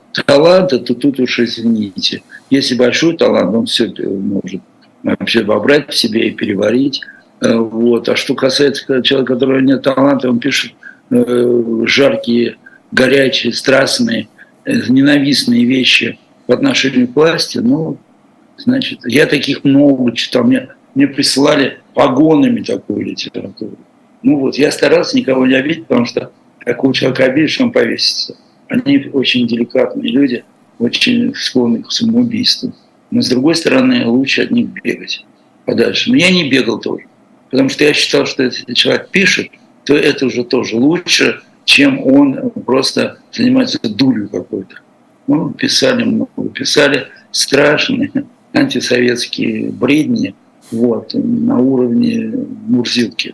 таланта, то тут уж извините. Если большой талант, он все может вообще вобрать в себе и переварить. Вот. А что касается человека, у которого нет таланта, он пишет э, жаркие, горячие, страстные, э, ненавистные вещи по отношению к власти. Ну, значит, я таких много читал. Мне, мне присылали погонами такую литературу. Ну вот, я старался никого не обидеть, потому что такого человека обидишь, он повесится. Они очень деликатные люди, очень склонны к самоубийству. Но, с другой стороны, лучше от них бегать подальше. Но я не бегал тоже. Потому что я считал, что если человек пишет, то это уже тоже лучше, чем он просто занимается дурью какой-то. Ну, писали много, писали страшные антисоветские бредни вот, на уровне Мурзилки.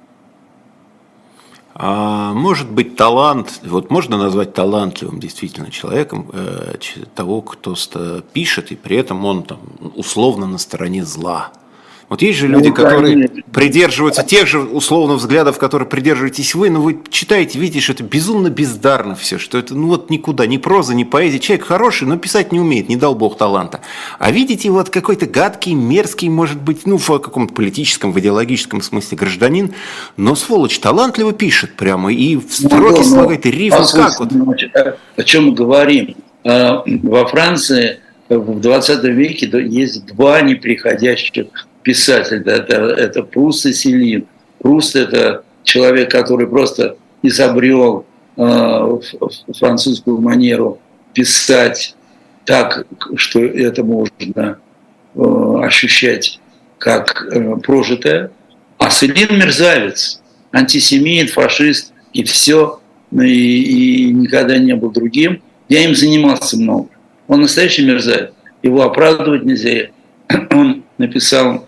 А может быть талант, вот можно назвать талантливым действительно человеком э, того, кто пишет, и при этом он там условно на стороне зла. Вот есть же люди, которые придерживаются тех же условно взглядов, которые придерживаетесь вы, но вы читаете, видите, что это безумно бездарно все, что это ну вот никуда, ни проза, ни поэзия. Человек хороший, но писать не умеет, не дал Бог таланта. А видите, вот какой-то гадкий, мерзкий, может быть, ну в каком-то политическом, в идеологическом смысле гражданин, но сволочь талантливо пишет прямо, и в строке слагает, и рифмы как вот. О чем мы говорим? Во Франции в двадцатом веке есть два неприходящих писатель, это, это Пруст и Селин. Пруст – это человек, который просто изобрел э, французскую манеру писать так, что это можно э, ощущать как э, прожитое. А Селин – мерзавец, антисемит, фашист и все, и, и никогда не был другим. Я им занимался много. Он настоящий мерзавец. Его оправдывать нельзя. Он написал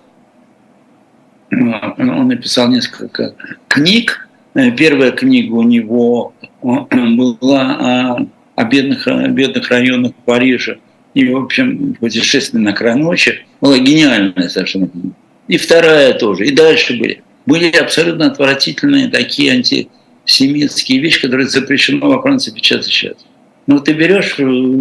Он написал несколько книг. Первая книга у него была о, о бедных, о бедных районах Парижа. И, в общем, «Путешествие на край ночи» была гениальная совершенно книга. И вторая тоже. И дальше были. Были абсолютно отвратительные такие антисемитские вещи, которые запрещено во Франции печатать сейчас. Ну, ты берешь,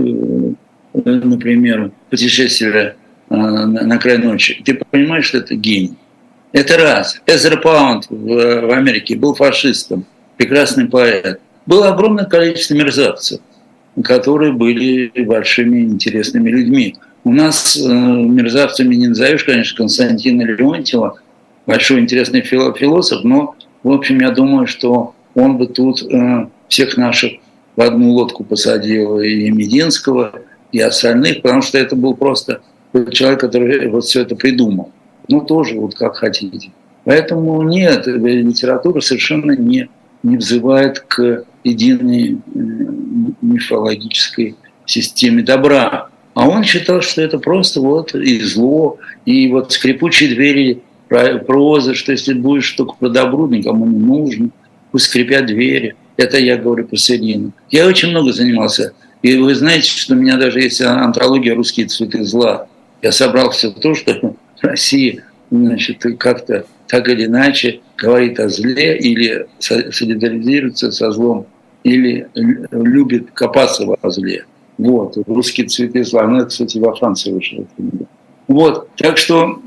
например, «Путешествие на край ночи», ты понимаешь, что это гений. Это раз. Эзра Паунд в, в Америке был фашистом, прекрасный поэт. Было огромное количество мерзавцев, которые были большими интересными людьми. У нас э, мерзавцами не назовешь, конечно, Константина Леонтьева, большой интересный философ, но, в общем, я думаю, что он бы тут э, всех наших в одну лодку посадил, и Мединского, и остальных, потому что это был просто человек, который вот все это придумал. Ну, тоже вот как хотите. Поэтому нет, литература совершенно не, не взывает к единой мифологической системе добра. А он считал, что это просто вот и зло, и вот скрипучие двери прозы, что если будешь только по добру, никому не нужно, пусть скрипят двери. Это я говорю про Селину. Я очень много занимался. И вы знаете, что у меня даже есть антология «Русские цветы зла». Я собрал все то, что Россия, значит, как-то так или иначе говорит о зле или солидаризируется со злом, или любит копаться во зле. Вот, «Русские цветы зла». Ну, это, кстати, во Франции вышла. Вот, так что,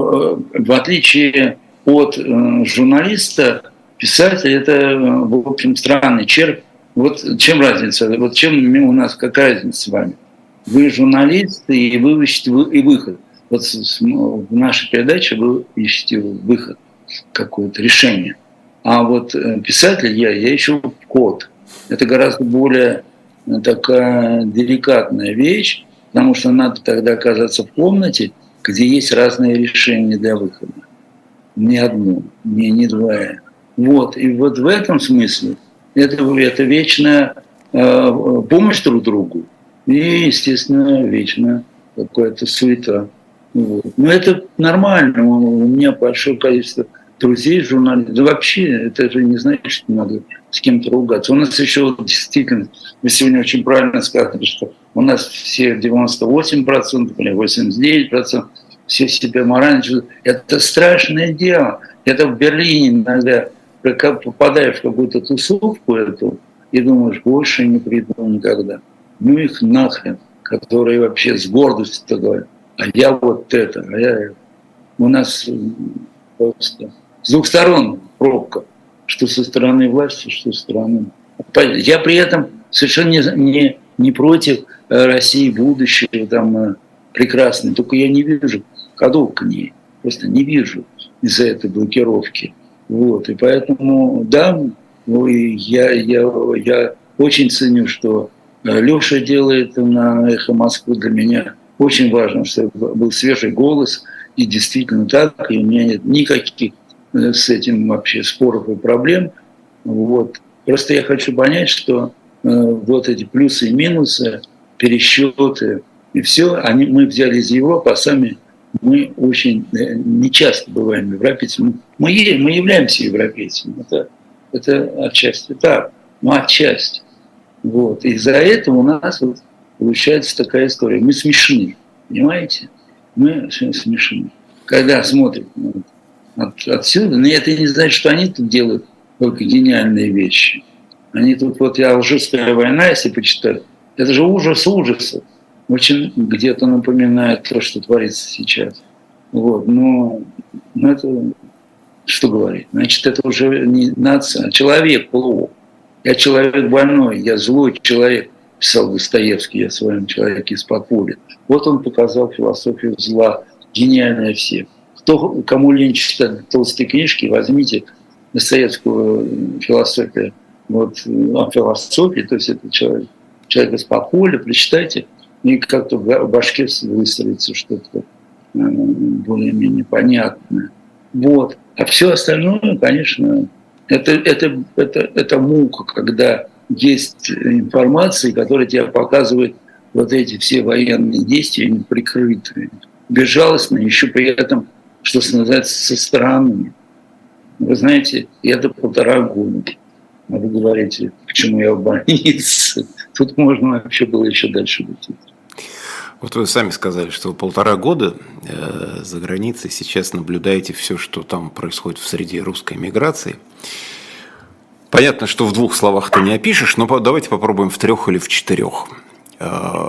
в отличие от журналиста, писатель – это, в общем, странный червь. Вот чем разница? Вот чем у нас, какая разница с вами? Вы журналисты, и вы ищете и выход. Вот в нашей передаче вы ищете выход, какое-то решение. А вот писатель я, я ищу код. Это гораздо более такая деликатная вещь, потому что надо тогда оказаться в комнате, где есть разные решения для выхода. Не одно, не, не два. Вот. И вот в этом смысле это, это вечная э, помощь друг другу и, естественно, вечная какая-то суета. Вот. Но это нормально. У меня большое количество друзей, журналистов. Да вообще, это же не значит, что надо с кем-то ругаться. У нас еще действительно, вы сегодня очень правильно сказали, что у нас все девяносто восемь процентов или восемьдесят девять процентов все себя морально чувствуют. Это страшное дело. Это в Берлине иногда попадаешь в какую-то тусовку эту и думаешь, больше не приду никогда. ну их нахрен, которые вообще с гордостью говорят, а я вот это, а я... У нас просто с двух сторон пробка, что со стороны власти, что со стороны... Я при этом совершенно не, не, не против России будущего, там, прекрасной, только я не вижу ходов к ней, просто не вижу из-за этой блокировки. Вот, и поэтому, да, ну, я, я, я очень ценю, что Леша делает на «Эхо Москвы». Для меня очень важно, чтобы был свежий голос, и действительно так, и у меня нет никаких с этим вообще споров и проблем. Вот. Просто я хочу понять, что э, вот эти плюсы и минусы, пересчеты и все, они, мы взяли из Европы, а сами мы очень э, нечасто бываем европейцами. Мы, мы являемся европейцами, это, это отчасти так, но отчасти. Вот. Из-за этого у нас вот получается такая история. Мы смешны, понимаете? Мы смешны. Когда смотрят ну, от, отсюда, но это не значит, что они тут делают только гениальные вещи. Они тут, вот я «Алжирская война», если почитать, это же ужас ужасов. Очень где-то напоминает то, что творится сейчас. Вот. Но, но это что говорить? Значит, это уже не нация, а человек плохо. Я человек больной, я злой человек, писал Достоевский, я с вами человек из-под поля. Вот он показал философию зла, гениальная всех. Кто, кому лень читать толстые книжки, возьмите Достоевскую философию, вот, о философии, то есть это человек, человек из-под поля, прочитайте, и как-то в башке выстроится что-то более-менее понятное. Вот. А все остальное, конечно, это, это, это, это мука, когда есть информация, которая тебе показывает вот эти все военные действия неприкрытые, безжалостно, еще при этом, что называется, со стороны. Вы знаете, это полтора года. А вы говорите, почему я в больнице. Тут можно вообще было еще дальше быть. Вот вы сами сказали, что вы полтора года э, за границей сейчас наблюдаете все, что там происходит в среде русской миграции. Понятно, что в двух словах ты не опишешь, но давайте попробуем в трех или в четырех. Э,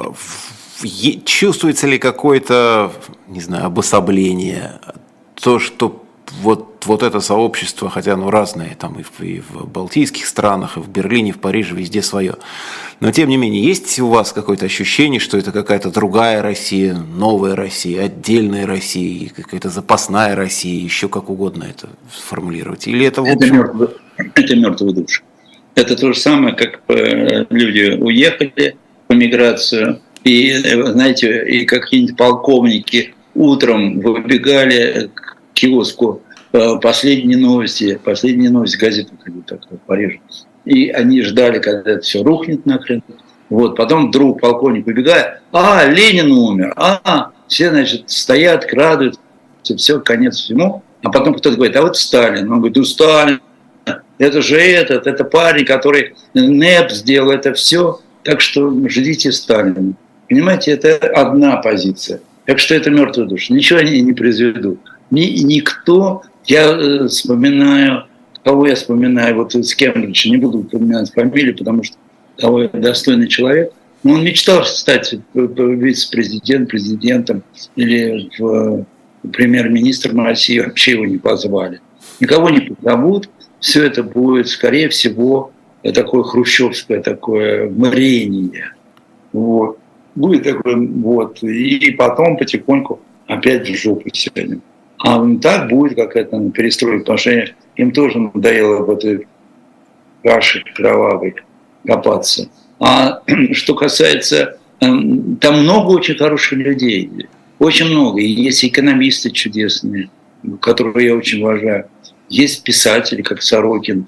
чувствуется ли какое-то, не знаю, обособление? То, что вот, вот это сообщество, хотя оно разное, там и в, и в балтийских странах, и в Берлине, в Париже, везде свое. Но, тем не менее, есть у вас какое-то ощущение, что это какая-то другая Россия, новая Россия, отдельная Россия, какая-то запасная Россия, еще как угодно это сформулировать? Или это, в общем... это, мертвый, это мертвый душ. Это то же самое, как люди уехали по миграцию, и, знаете, и какие-нибудь полковники утром выбегали к киоску «Последние новости», «Последние новости» газеты в Париже. И они ждали, когда это все рухнет нахрен. Вот, потом вдруг полковник выбегает, а, Ленин умер, а, все, значит, стоят, радуются, все, конец всему. А потом кто-то говорит, а вот Сталин. Он говорит, у Сталина, это же этот, это парень, который НЭП сделал это все, так что ждите Сталина. Понимаете, это одна позиция. Так что это мертвая душа. Ничего они не произведут. Ни, никто, я вспоминаю, кого я вспоминаю, вот из Кембриджа, не буду упоминать фамилию, потому что того достойный человек, но он мечтал стать вице-президентом, президентом или премьер-министром России, вообще его не позвали. Никого не позовут, все это будет, скорее всего, такое хрущевское такое мрение. Вот. Будет такое, вот, и потом потихоньку опять в жопу сядем. А так будет какая-то перестройка, потому что им тоже надоело в этой каше кровавой копаться. А что касается, там много очень хороших людей, очень много. И есть экономисты чудесные, которых я очень уважаю. Есть писатели, как Сорокин,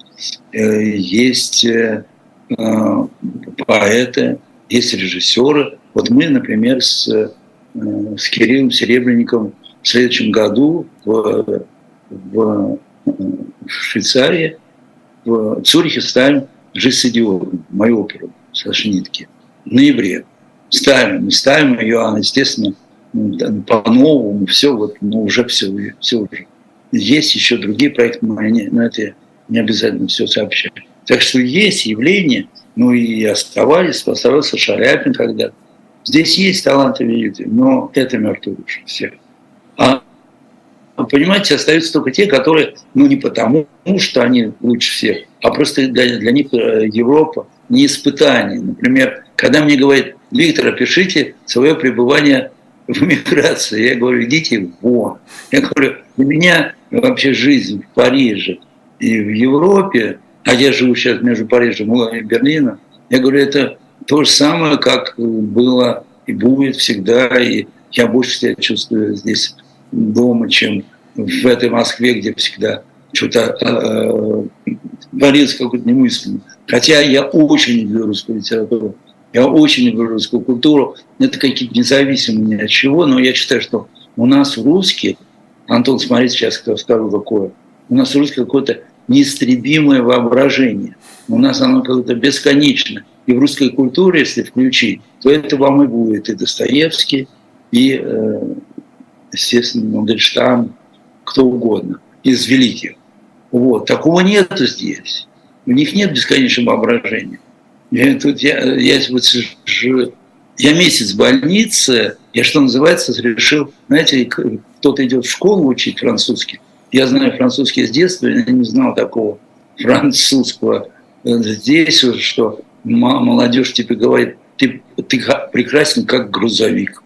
есть поэты, есть режиссеры. Вот мы, например, с, с Кириллом Серебренниковым в следующем году в, в, в Швейцарии, в Цюрихе ставим «Жизнь с идиотом», мою оперу со Шнитке, в ноябре. Ставим, мы ставим ее, она, естественно, по-новому, все, вот, ну, уже все, все уже. Есть еще другие проекты, но это не обязательно все сообщать. Так что есть явление, ну и оставались, оставался Шаляпин когда-то. Здесь есть талантливые люди, но это мертвые души всех. А, понимаете, остаются только те, которые, ну не потому, что они лучше всех, а просто для, для них Европа не испытание. Например, когда мне говорят: Виктор, опишите свое пребывание в эмиграции. Я говорю: идите вон. Я говорю: для меня вообще жизнь в Париже и в Европе, а я живу сейчас между Парижем и Берлином, я говорю, это то же самое, как было и будет всегда. И я больше себя чувствую здесь дома, чем в этой Москве, где всегда что-то э, творится какое-то немыслимое. Хотя я очень люблю русскую литературу, я очень люблю русскую культуру. Это какие-то независимые ни от чего, но я считаю, что у нас русские, Антон, смотрите, сейчас я скажу какое, у нас русское какое-то неистребимое воображение. У нас оно какое-то бесконечно. И в русской культуре, если включить, то это вам и будет и Достоевский, и, естественно, Мандельштам, кто угодно, из великих. Вот. Такого нету здесь. У них нет бесконечного воображения. Я, тут, я, я, вот, я месяц в больнице, я, что называется, решил, знаете, кто-то идет в школу учить французский. Я знаю французский с детства, я не знал такого французского. Здесь, что молодежь тебе говорит: ты, ты прекрасен, как грузовик.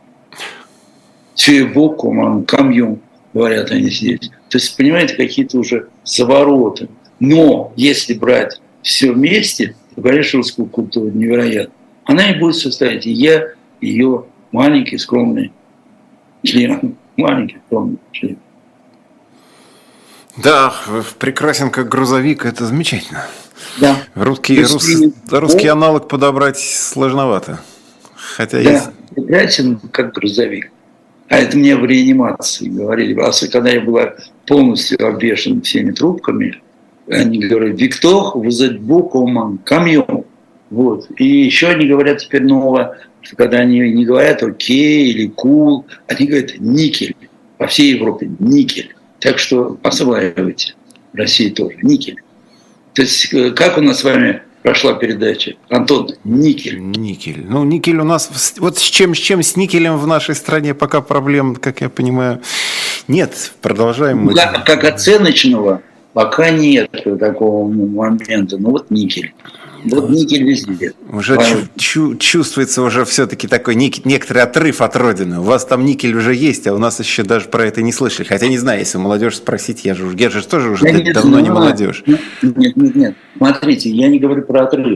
Тюебоку, камьон, говорят они здесь. То есть, понимаете, какие-то уже завороты. Но если брать все вместе, то, конечно, русскую культуру невероятно. Она и будет состоять. И я, ее маленький, скромный член. Маленький, скромный член. Да, прекрасен как грузовик, это замечательно. Да. Русский, рус, русский аналог подобрать сложновато. Хотя да, есть... прекрасен как грузовик. А это мне в реанимации говорили. Когда я была полностью обвешана всеми трубками, они говорят: Виктор, vous êtes beau comme un camion. Вот. И еще они говорят теперь новое, что когда они не говорят окей или кул, они говорят никель. По всей Европе никель. Так что осваивайте. В России тоже никель. То есть как у нас с вами прошла передача? Антон, никель. Никель. Ну, никель у нас... Вот с чем, с чем с никелем в нашей стране пока проблем, как я понимаю, нет. Продолжаем мы. Как, как оценочного пока нет такого момента. Ну вот никель. Вот никель везде. Уже чу- чу- чувствуется уже все-таки такой нек- некоторый отрыв от родины. У вас там никель уже есть, а у нас еще даже про это не слышали. Хотя не знаю, если молодежь спросить, я же, я же тоже уже я да, давно не молодежь. Нет, нет, нет. Смотрите, я не говорю про отрыв.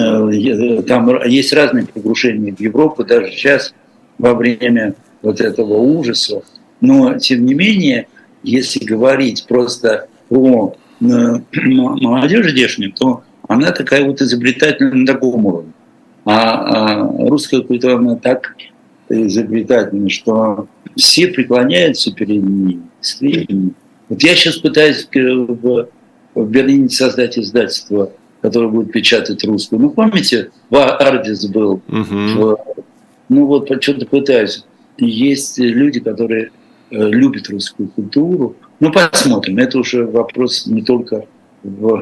Там есть разные погружения в Европу, даже сейчас во время вот этого ужаса. Но, тем не менее, если говорить просто про молодежь здешнюю, то она такая вот изобретательная на таком уровне. А, а русская культура, она так изобретательна, что все преклоняются перед ней. Вот я сейчас пытаюсь в, в Берлине создать издательство, которое будет печатать русскую. Ну, помните, Ардис был. Uh-huh. В, ну вот, что-то пытаюсь. Есть люди, которые любят русскую культуру. Ну, посмотрим. Это уже вопрос не только в...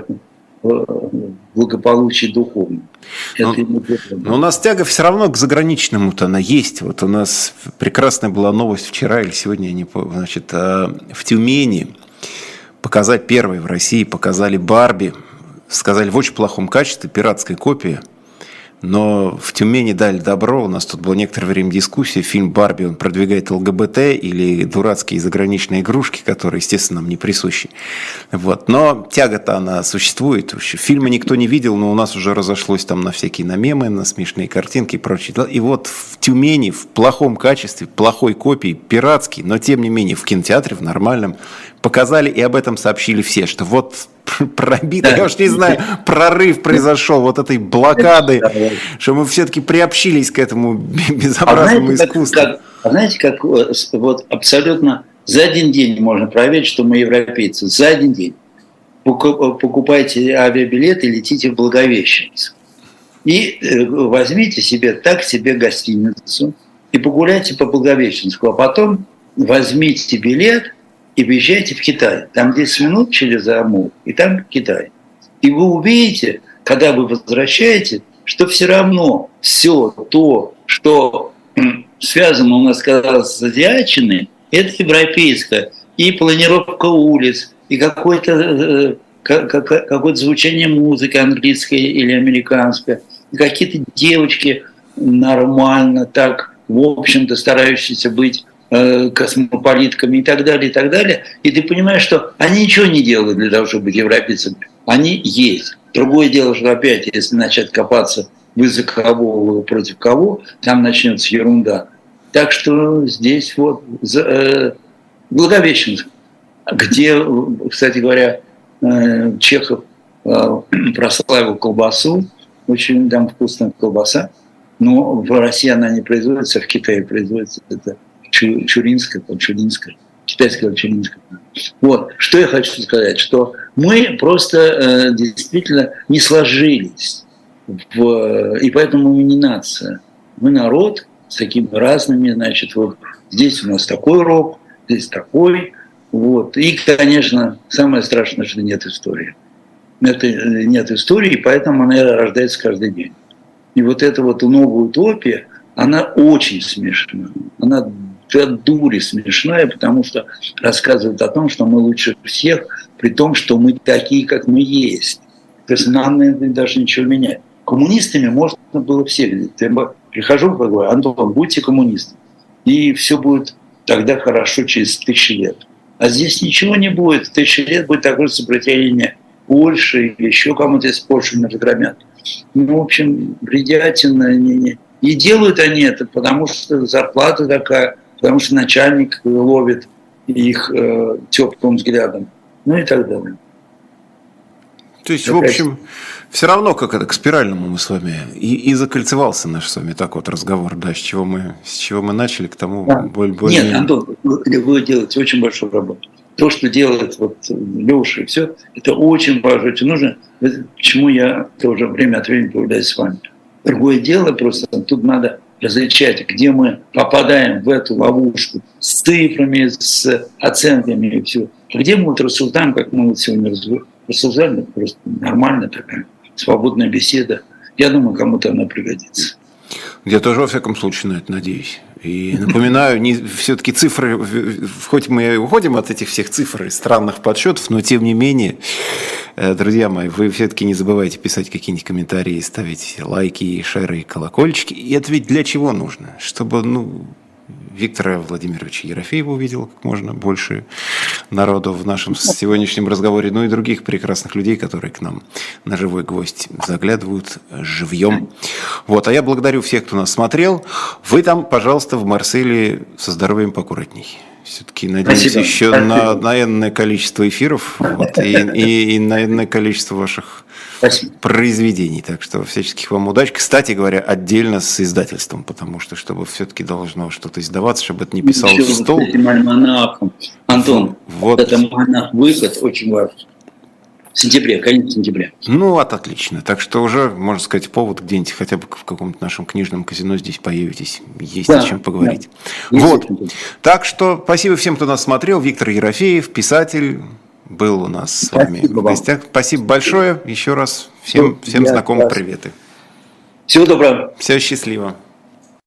благополучие духовное. Но, но у нас тяга все равно к заграничному-то она есть. Вот у нас прекрасная была новость вчера или сегодня, я не помню, значит, в Тюмени показать первой в России, показали Барби, сказали в очень плохом качестве, пиратская копия. Но в Тюмени дали добро, у нас тут было некоторое время дискуссия, фильм «Барби», он продвигает ЛГБТ или дурацкие заграничные игрушки, которые, естественно, нам не присущи. Вот. Но тяга-то она существует. Фильмы никто не видел, но у нас уже разошлось там на всякие на мемы, на смешные картинки и прочее. И вот в Тюмени в плохом качестве, плохой копии, пиратский, но тем не менее в кинотеатре, в нормальном, показали и об этом сообщили все, что вот пробито, да. Я уж не знаю, прорыв произошел вот этой блокады, что мы все-таки приобщились к этому безобразному а знаете, искусству. Как, как, а знаете, как вот абсолютно за один день можно проверить, что мы европейцы. За один день. Покупайте авиабилет и летите в Благовещенск. И возьмите себе так себе гостиницу и погуляйте по Благовещенску. А потом возьмите билет и въезжайте в Китай. Там десять минут через Амур, и там Китай. И вы увидите, когда вы возвращаетесь, что все равно все то, что связано у нас, казалось, с азиатчиной, это европейское. И планировка улиц, и какое-то, какое-то звучание музыки английской или американской, и какие-то девочки нормально так, в общем-то, старающиеся быть космополитками и так далее, и так далее. И ты понимаешь, что они ничего не делают для того, чтобы быть европейцами. Они есть. Другое дело, что опять, если начать копаться вы за кого, вы против кого, там начнется ерунда. Так что здесь вот Благовещенск, где, кстати говоря, Чехов прославил колбасу, очень там вкусная колбаса, но в России она не производится, в Китае производится это чуринская, чуринская, китайская чуринская. Вот, что я хочу сказать, что мы просто действительно не сложились, в, и поэтому мы не нация. Мы народ с такими разными, значит, вот здесь у нас такой рок, здесь такой, вот. И, конечно, самое страшное, что нет истории. Это нет истории, и поэтому она рождается каждый день. И вот эта вот новая утопия, она очень смешная. Она до дури смешная, потому что рассказывает о том, что мы лучше всех, при том, что мы такие, как мы есть. То есть нам даже ничего менять. Коммунистами можно было всех. Я прихожу и говорю: Антон, будьте коммунистом. И все будет тогда хорошо через тысячи лет. А здесь ничего не будет. Тысячи лет будет такое сопротивление Польши или еще кому-то из Польши не разгромят. Ну, в общем, бредятина. Не, не. И делают они это, потому что зарплата такая, потому что начальник ловит их э, теплым взглядом. Ну и так далее. То есть, в общем, все равно как это к спиральному мы с вами и, и закольцевался наш с вами так вот разговор, да, с чего мы, с чего мы начали, к тому да. более, более... Нет, Антон, вы, вы делаете очень большую работу. То, что делает вот Леша и все, это очень важно, очень нужно. К чему я тоже время от времени появляюсь с вами. Другое дело просто, тут надо различать, где мы попадаем в эту ловушку с цифрами, с оценками и все. А где мы вот рассуждаем, как мы вот сегодня рассуждали, просто нормальная такая свободная беседа. Я думаю, кому-то она пригодится. Я тоже, во всяком случае, на это надеюсь. И напоминаю, не, все-таки цифры, хоть мы и уходим от этих всех цифр и странных подсчетов, но тем не менее, друзья мои, вы все-таки не забывайте писать какие-нибудь комментарии, ставить лайки, шеры и колокольчики. И это ведь для чего нужно? Чтобы, ну, Виктора Владимировича Ерофеева увидел как можно больше народу в нашем сегодняшнем разговоре, ну и других прекрасных людей, которые к нам на живой гвоздь заглядывают живьем. Вот, а я благодарю всех, кто нас смотрел. Вы там, пожалуйста, в Марселе со здоровьем поаккуратней. Все-таки надеюсь Спасибо. еще Спасибо. на, на энное количество эфиров вот, и, и, и на энное количество ваших Спасибо. произведений. Так что всяческих вам удач. Кстати говоря, отдельно с издательством, потому что чтобы все-таки должно что-то издаваться, чтобы это не писалось в стол. Антон, вот. Это монах-выход очень важен. В сентябре, конец сентября. Ну, вот отлично. Так что уже, можно сказать, повод где-нибудь хотя бы в каком-то нашем книжном казино здесь появитесь. Есть да, о чем поговорить. Да. Вот. Так что спасибо всем, кто нас смотрел. Виктор Ерофеев, писатель, был у нас с вами спасибо в гостях. Вам. Спасибо большое. Еще раз всем, всем знакомым приветы. Всего доброго. Всего счастливо.